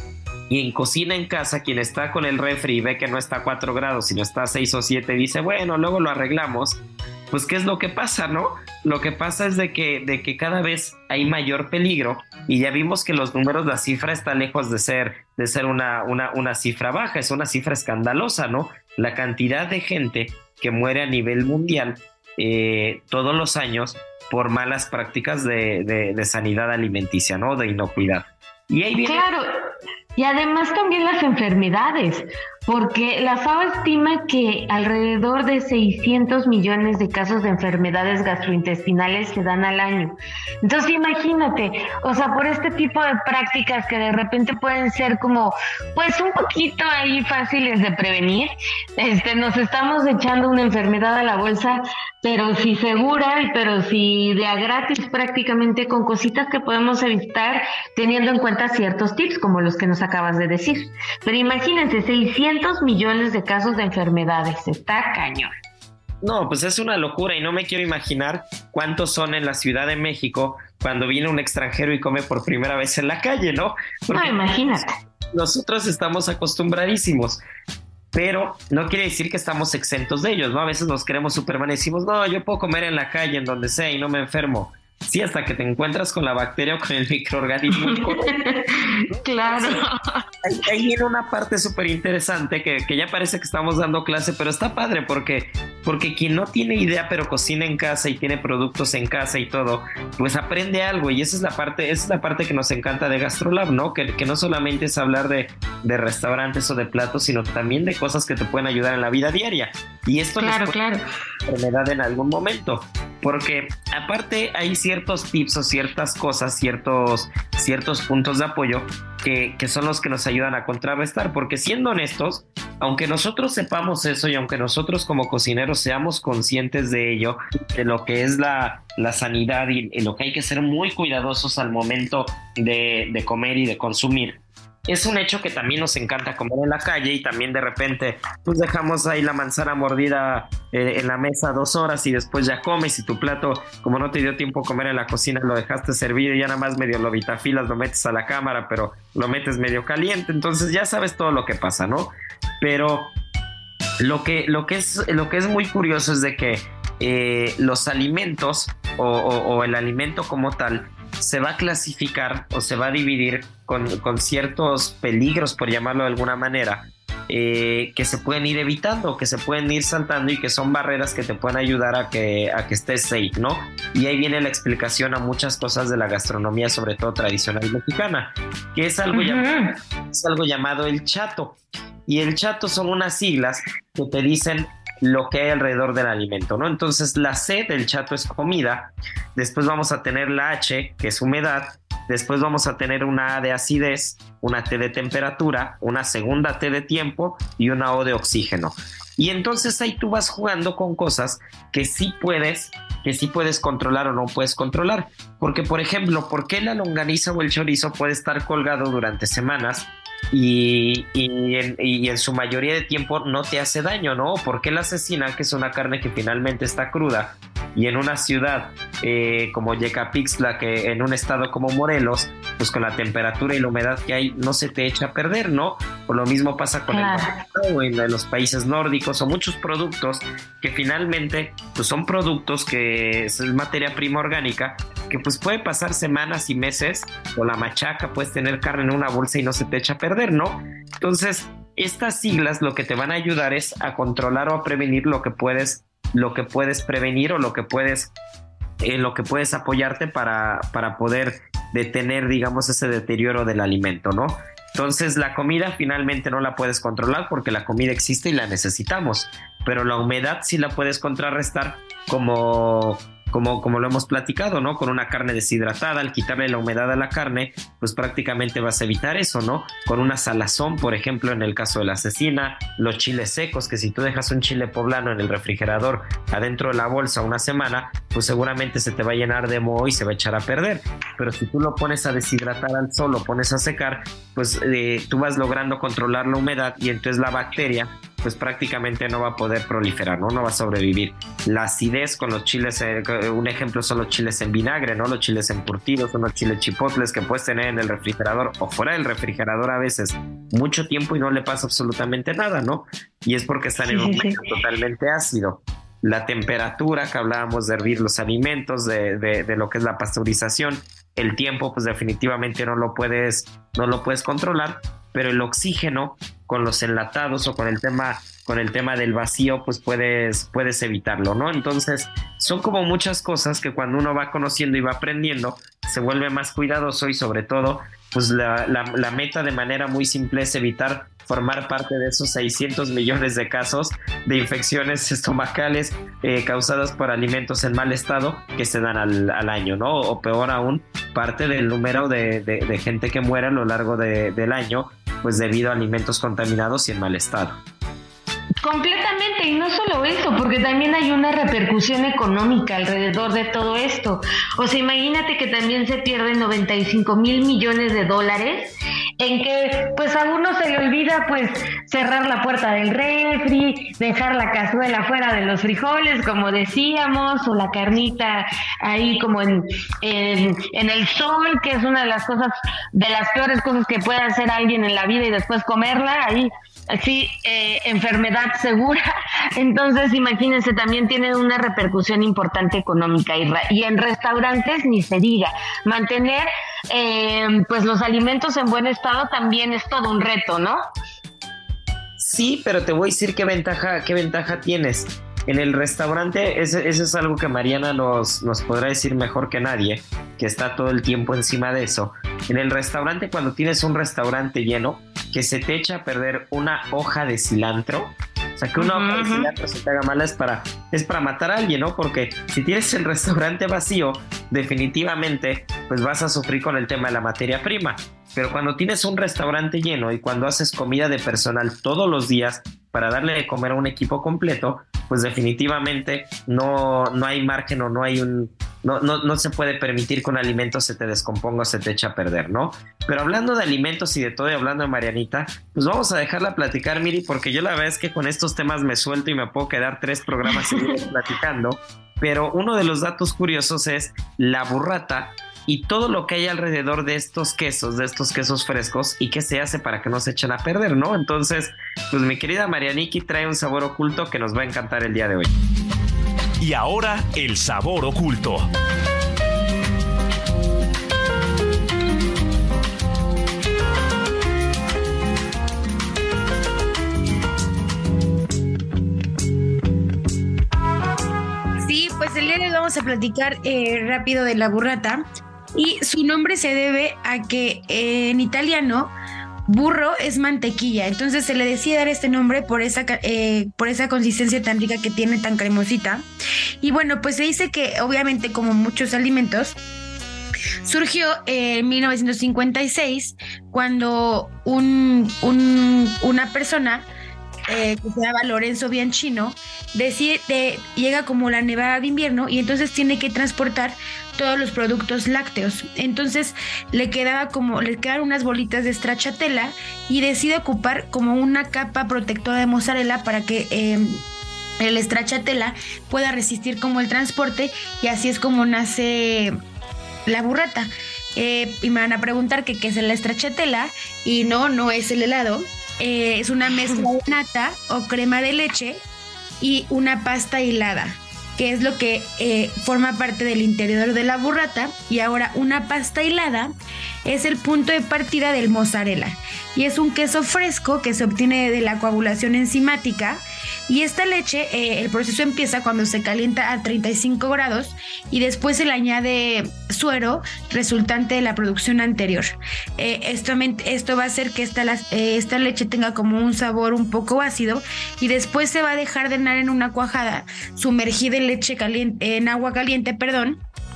Y en cocina en casa, quien está con el refri y ve que no está a cuatro grados, sino está a seis o siete, dice, bueno, luego lo arreglamos. Pues, ¿qué es lo que pasa, no? Lo que pasa es de que, de que cada vez hay mayor peligro, y ya vimos que los números, la cifra está lejos de ser, de ser una, una, una cifra baja, es una cifra escandalosa, ¿no? La cantidad de gente que muere a nivel mundial eh, todos los años por malas prácticas de, de, de sanidad alimenticia, ¿no? De inocuidad. Y ahí viene... Claro, y además también las enfermedades, porque la FAO estima que alrededor de seiscientos millones de casos de enfermedades gastrointestinales se dan al año. Entonces imagínate, o sea, por este tipo de prácticas que de repente pueden ser como, pues un poquito ahí fáciles de prevenir, este, nos estamos echando una enfermedad a la bolsa, pero sí segura, y pero sí de a gratis prácticamente, con cositas que podemos evitar teniendo en cuenta ciertos tips como los que nos acabas de decir. Pero imagínense, seiscientos millones de casos de enfermedades, está cañón. No, pues es una locura, y no me quiero imaginar cuántos son en la Ciudad de México cuando viene un extranjero y come por primera vez en la calle, ¿no? Porque no, imagínate. Nosotros estamos acostumbradísimos, pero no quiere decir que estamos exentos de ellos, ¿no? A veces nos queremos Superman y decimos, no, yo puedo comer en la calle, en donde sea, y no me enfermo. Sí, hasta que te encuentras con la bacteria o con el microorganismo. Claro. Ahí, ahí viene una parte súper interesante que, que ya parece que estamos dando clase, pero está padre porque, porque quien no tiene idea pero cocina en casa y tiene productos en casa y todo, pues aprende algo, y esa es la parte, esa es la parte que nos encanta de GastroLab, ¿no? Que, que no solamente es hablar de, de restaurantes o de platos, sino también de cosas que te pueden ayudar en la vida diaria. Y esto claro, les puede claro. enfermedad en algún momento, porque aparte hay ciertos tips o ciertas cosas, ciertos, ciertos puntos de apoyo que, que son los que nos ayudan a contrarrestar, porque siendo honestos, aunque nosotros sepamos eso y aunque nosotros como cocineros seamos conscientes de ello, de lo que es la, la sanidad y, y lo que hay que ser muy cuidadosos al momento de, de comer y de consumir, es un hecho que también nos encanta comer en la calle, y también de repente pues dejamos ahí la manzana mordida eh, en la mesa dos horas y después ya comes, y tu plato, como no te dio tiempo a comer en la cocina, lo dejaste servido y ya nada más medio lo vitafilas, lo metes a la cámara, pero lo metes medio caliente, entonces ya sabes todo lo que pasa, ¿no? Pero lo que, lo que, es, lo que es muy curioso es de que eh, los alimentos o, o, o el alimento como tal se va a clasificar o se va a dividir con, con ciertos peligros, por llamarlo de alguna manera, eh, que se pueden ir evitando, que se pueden ir saltando, y que son barreras que te pueden ayudar a que, a que estés safe, ¿no? Y ahí viene la explicación a muchas cosas de la gastronomía, sobre todo tradicional mexicana, que es algo, uh-huh. llamado, es algo llamado el chato. Y el chato son unas siglas que te dicen lo que hay alrededor del alimento, ¿no? Entonces la C del chato es comida, después vamos a tener la H, que es humedad, después vamos a tener una A de acidez, una T de temperatura, una segunda T de tiempo y una O de oxígeno. Y entonces ahí tú vas jugando con cosas que sí puedes, que sí puedes controlar o no puedes controlar. Porque, por ejemplo, ¿por qué la longaniza o el chorizo puede estar colgado durante semanas y, y, en, y en su mayoría de tiempo no te hace daño, ¿no? ¿Por qué la cecina, que es una carne que finalmente está cruda, y en una ciudad eh, como Yecapixtla, que en un estado como Morelos, pues con la temperatura y la humedad que hay, no se te echa a perder, ¿no? Por lo mismo pasa con claro. el o en los países nórdicos, o muchos productos que finalmente pues son productos que es materia prima orgánica, que pues puede pasar semanas y meses, o la machaca, puedes tener carne en una bolsa y no se te echa a perder, ¿no? Entonces, estas siglas lo que te van a ayudar es a controlar o a prevenir lo que puedes lo que puedes prevenir o lo que puedes en eh, lo que puedes apoyarte para, para poder detener, digamos, ese deterioro del alimento, ¿no? Entonces la comida finalmente no la puedes controlar porque la comida existe y la necesitamos, pero la humedad sí la puedes contrarrestar como... Como, como lo hemos platicado, ¿no? Con una carne deshidratada, al quitarle la humedad a la carne, pues prácticamente vas a evitar eso, ¿no? Con una salazón, por ejemplo, en el caso de la cecina, los chiles secos, que si tú dejas un chile poblano en el refrigerador adentro de la bolsa una semana, pues seguramente se te va a llenar de moho y se va a echar a perder. Pero si tú lo pones a deshidratar al sol, lo pones a secar, pues eh, tú vas logrando controlar la humedad, y entonces la bacteria pues prácticamente no va a poder proliferar, ¿no? No va a sobrevivir. La acidez con los chiles, eh, un ejemplo son los chiles en vinagre, ¿no? Los chiles encurtidos, son los chiles chipotles que puedes tener en el refrigerador o fuera del refrigerador a veces mucho tiempo y no le pasa absolutamente nada, ¿no? Y es porque están en un medio totalmente ácido. La temperatura que hablábamos de hervir los alimentos, de, de, de lo que es la pasteurización, el tiempo pues definitivamente no lo puedes, no lo puedes controlar, pero el oxígeno con los enlatados o con el tema, con el tema del vacío pues puedes, puedes evitarlo, ¿no? Entonces son como muchas cosas que cuando uno va conociendo y va aprendiendo se vuelve más cuidadoso y sobre todo pues la, la, la meta de manera muy simple es evitar formar parte de esos seiscientos millones de casos de infecciones estomacales eh, causadas por alimentos en mal estado que se dan al, al año, ¿no? O peor aún, parte del número de, de, de gente que muere a lo largo de, del año, pues debido a alimentos contaminados y en mal estado. Completamente, y no solo eso, porque también hay una repercusión económica alrededor de todo esto. O sea, imagínate que también se pierden noventa y cinco mil millones de dólares en que pues a uno se le olvida pues cerrar la puerta del refri, dejar la cazuela fuera de los frijoles, como decíamos, o la carnita ahí como en, en, en el sol, que es una de las cosas, de las peores cosas que puede hacer alguien en la vida y después comerla, ahí así, eh, enfermedad segura. Entonces imagínense, también tiene una repercusión importante económica y, ra- y en restaurantes ni se diga, mantener eh, pues los alimentos en buen estado también es todo un reto, ¿no? Sí, pero te voy a decir qué ventaja, qué ventaja tienes. En el restaurante, eso, eso es algo que Mariana nos, nos podrá decir mejor que nadie, que está todo el tiempo encima de eso. En el restaurante, cuando tienes un restaurante lleno, que se te echa a perder una hoja de cilantro, o sea, que una uh-huh. hoja de cilantro se te haga mala es para, es para matar a alguien, ¿no? Porque si tienes el restaurante vacío, definitivamente, pues vas a sufrir con el tema de la materia prima. Pero cuando tienes un restaurante lleno y cuando haces comida de personal todos los días para darle de comer a un equipo completo, pues definitivamente no, no hay margen o no hay un... No, no, no se puede permitir que un alimento se te descomponga o se te eche a perder, ¿no? Pero hablando de alimentos y de todo y hablando de Marianita, pues vamos a dejarla platicar, Miri, porque yo la verdad es que con estos temas me suelto y me puedo quedar tres programas seguidos platicando. Pero uno de los datos curiosos es la burrata y todo lo que hay alrededor de estos quesos, de estos quesos frescos y qué se hace para que no se echen a perder, ¿no? Entonces, pues mi querida Marianiki trae un sabor oculto que nos va a encantar el día de hoy. Y ahora, el sabor oculto. Sí, pues el día de hoy vamos a platicar eh, rápido de la burrata. Y su nombre se debe a que eh, en italiano burro es mantequilla, entonces se le decide dar este nombre por esa, eh, por esa consistencia tan rica que tiene, tan cremosita. Y bueno, pues se dice que obviamente, como muchos alimentos, surgió en mil novecientos cincuenta y seis cuando un, un, una persona eh, que se llama Lorenzo Bianchino decide, de, llega como la nevada de invierno y entonces tiene que transportar todos los productos lácteos. Entonces le quedaba como, le quedaron unas bolitas de stracciatella y decide ocupar como una capa protectora de mozzarella para que eh, el stracciatella pueda resistir como el transporte, y así es como nace la burrata. Eh, y me van a preguntar que qué es el stracciatella, y no, no es el helado. Eh, es una mezcla de nata o crema de leche y una pasta hilada, que es lo que eh, forma parte del interior de la burrata. Y ahora, una pasta hilada es el punto de partida del mozzarella y es un queso fresco que se obtiene de la coagulación enzimática. Y esta leche, eh, el proceso empieza cuando se calienta a treinta y cinco grados y después se le añade suero resultante de la producción anterior. Eh, esto, esto va a hacer que esta, eh, esta leche tenga como un sabor un poco ácido, y después se va a dejar de en una cuajada sumergida en leche caliente, en agua caliente, perdón.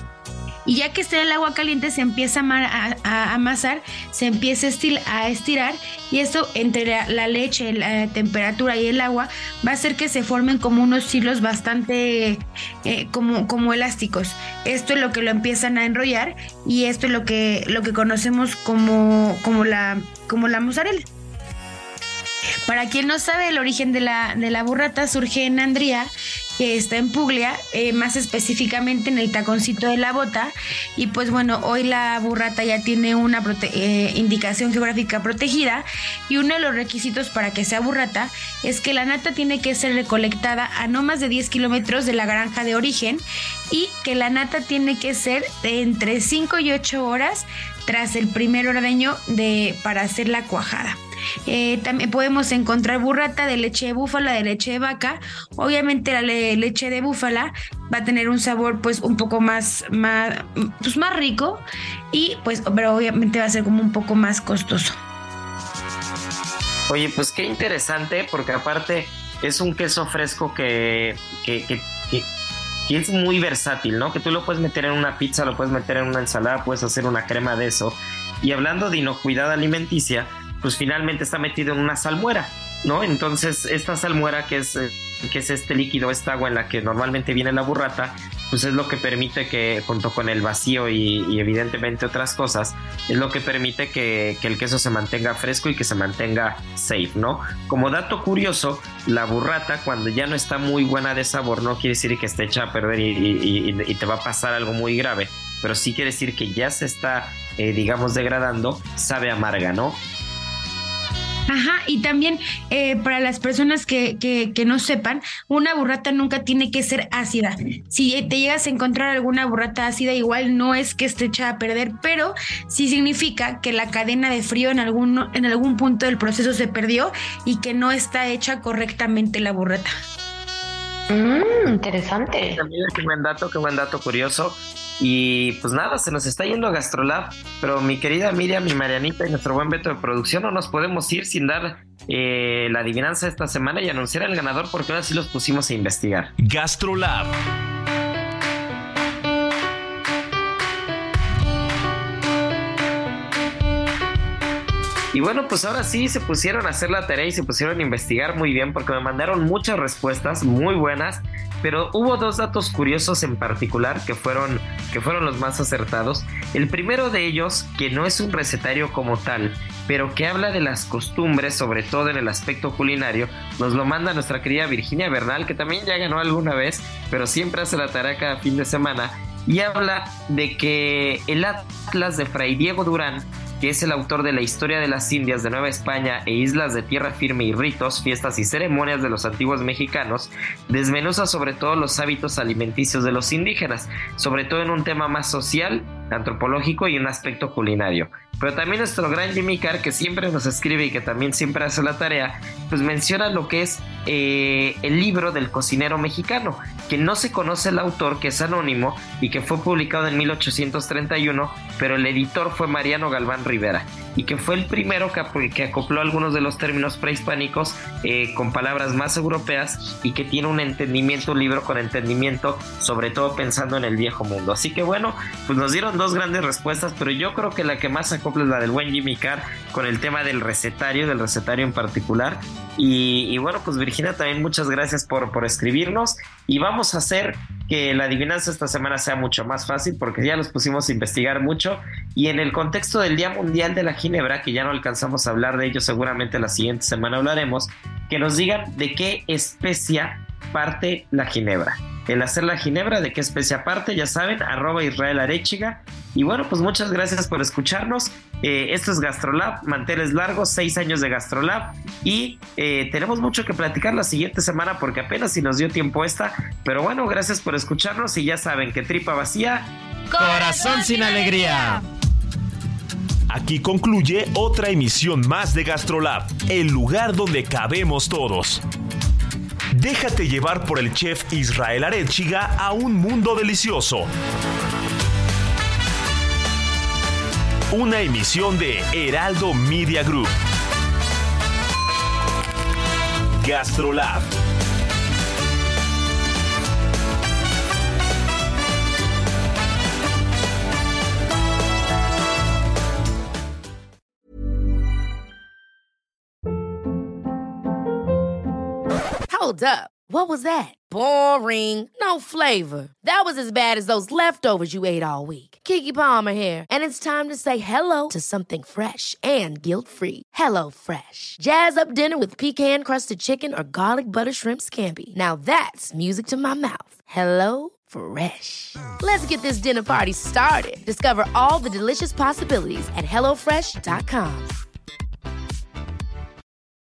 Y ya que esté el agua caliente, se empieza a, a, a amasar, se empieza a, estil, a estirar, y esto entre la, la leche, la temperatura y el agua va a hacer que se formen como unos hilos bastante eh, como, como elásticos. Esto es lo que lo empiezan a enrollar, y esto es lo que, lo que conocemos como, como, la, como la mozzarella. Para quien no sabe, el origen de la, de la burrata surge en Andría, que está en Puglia, eh, más específicamente en el taconcito de la bota. Y pues bueno, hoy la burrata ya tiene una prote- eh, indicación geográfica protegida, y uno de los requisitos para que sea burrata es que la nata tiene que ser recolectada a no más de diez kilómetros de la granja de origen, y que la nata tiene que ser de entre cinco y ocho horas tras el primer ordeño de, para hacer la cuajada. Eh, también podemos encontrar burrata de leche de búfala, de leche de vaca. Obviamente la le- leche de búfala va a tener un sabor pues un poco más, más, pues, más rico, y pues pero obviamente va a ser como un poco más costoso. Oye, pues qué interesante, porque aparte es un queso fresco que, que, que, que, que es muy versátil, ¿no? Que tú lo puedes meter en una pizza, lo puedes meter en una ensalada, puedes hacer una crema de eso. Y hablando de inocuidad alimenticia, pues finalmente está metido en una salmuera, ¿no? Entonces esta salmuera, que es, que es este líquido, esta agua en la que normalmente viene la burrata, pues es lo que permite que, junto con el vacío y, y evidentemente otras cosas, es lo que permite que, que el queso se mantenga fresco y que se mantenga safe, ¿no? Como dato curioso, la burrata, cuando ya no está muy buena de sabor, no quiere decir que esté hecha a perder y, y, y, y te va a pasar algo muy grave, pero sí quiere decir que ya se está, eh, digamos, degradando, sabe amarga, ¿no? Ajá, y también eh, para las personas que, que, que no sepan, una burrata nunca tiene que ser ácida. Si te llegas a encontrar alguna burrata ácida, igual no es que esté hecha a perder, pero sí significa que la cadena de frío en algún, en algún punto del proceso se perdió y que no está hecha correctamente la burrata. Mm, interesante. También qué buen dato, qué buen dato curioso. Y pues nada, se nos está yendo a GastroLab, pero mi querida Miriam y Marianita y nuestro buen Beto de producción, no nos podemos ir sin dar eh, la adivinanza esta semana y anunciar al ganador, porque ahora sí los pusimos a investigar. GastroLab. Y bueno, pues ahora sí se pusieron a hacer la tarea y se pusieron a investigar muy bien, porque me mandaron muchas respuestas muy buenas, pero hubo dos datos curiosos en particular que fueron, que fueron los más acertados. El primero de ellos, que no es un recetario como tal, pero que habla de las costumbres, sobre todo en el aspecto culinario, nos lo manda nuestra querida Virginia Bernal, que también ya ganó alguna vez, pero siempre hace la tarea cada fin de semana, y habla de que el Atlas de Fray Diego Durán, que es el autor de la Historia de las Indias de Nueva España e Islas de Tierra Firme y ritos, fiestas y ceremonias de los antiguos mexicanos, desmenuza sobre todo los hábitos alimenticios de los indígenas, sobre todo en un tema más social, antropológico y un aspecto culinario. Pero también nuestro gran Jimmy Carr, que siempre nos escribe y que también siempre hace la tarea, pues menciona lo que es eh, el libro del cocinero mexicano, que no se conoce el autor, que es anónimo y que fue publicado en mil ochocientos treinta y uno, pero el editor fue Mariano Galván Rivera, y que fue el primero que, que acopló algunos de los términos prehispánicos eh, con palabras más europeas, y que tiene un entendimiento, un libro con entendimiento, sobre todo pensando en el viejo mundo. Así que bueno, pues nos dieron dos grandes respuestas, pero yo creo que la que más acopla es la del buen Jimmy Carr, con el tema del recetario, del recetario en particular. Y, y bueno, pues Virginia, también muchas gracias por, por escribirnos, y vamos a hacer que la adivinanza esta semana sea mucho más fácil, porque ya los pusimos a investigar mucho, y en el contexto del Día Mundial de la Ginebra, que ya no alcanzamos a hablar de ello, seguramente la siguiente semana hablaremos, que nos digan de qué especia parte la ginebra. El hacer la ginebra, de qué especia parte, ya saben, arroba Israel Arechiga. Y bueno, pues muchas gracias por escucharnos. Eh, esto es GastroLab, manteles largos, seis años de GastroLab, y eh, tenemos mucho que platicar la siguiente semana, porque apenas si nos dio tiempo esta. Pero bueno, gracias por escucharnos, y ya saben que tripa vacía, corazón sin alegría. Aquí concluye otra emisión más de GastroLab, el lugar donde cabemos todos. Déjate llevar por el chef Israel Arechiga a un mundo delicioso. Una emisión de Heraldo Media Group. GastroLab. Hold up. What was that? Boring. No flavor. That was as bad as those leftovers you ate all week. Keke Palmer here, and it's time to say hello to something fresh and guilt-free. Hello Fresh. Jazz up dinner with pecan-crusted chicken or garlic butter shrimp scampi. Now that's music to my mouth. Hello Fresh. Let's get this dinner party started. Discover all the delicious possibilities at hello fresh dot com.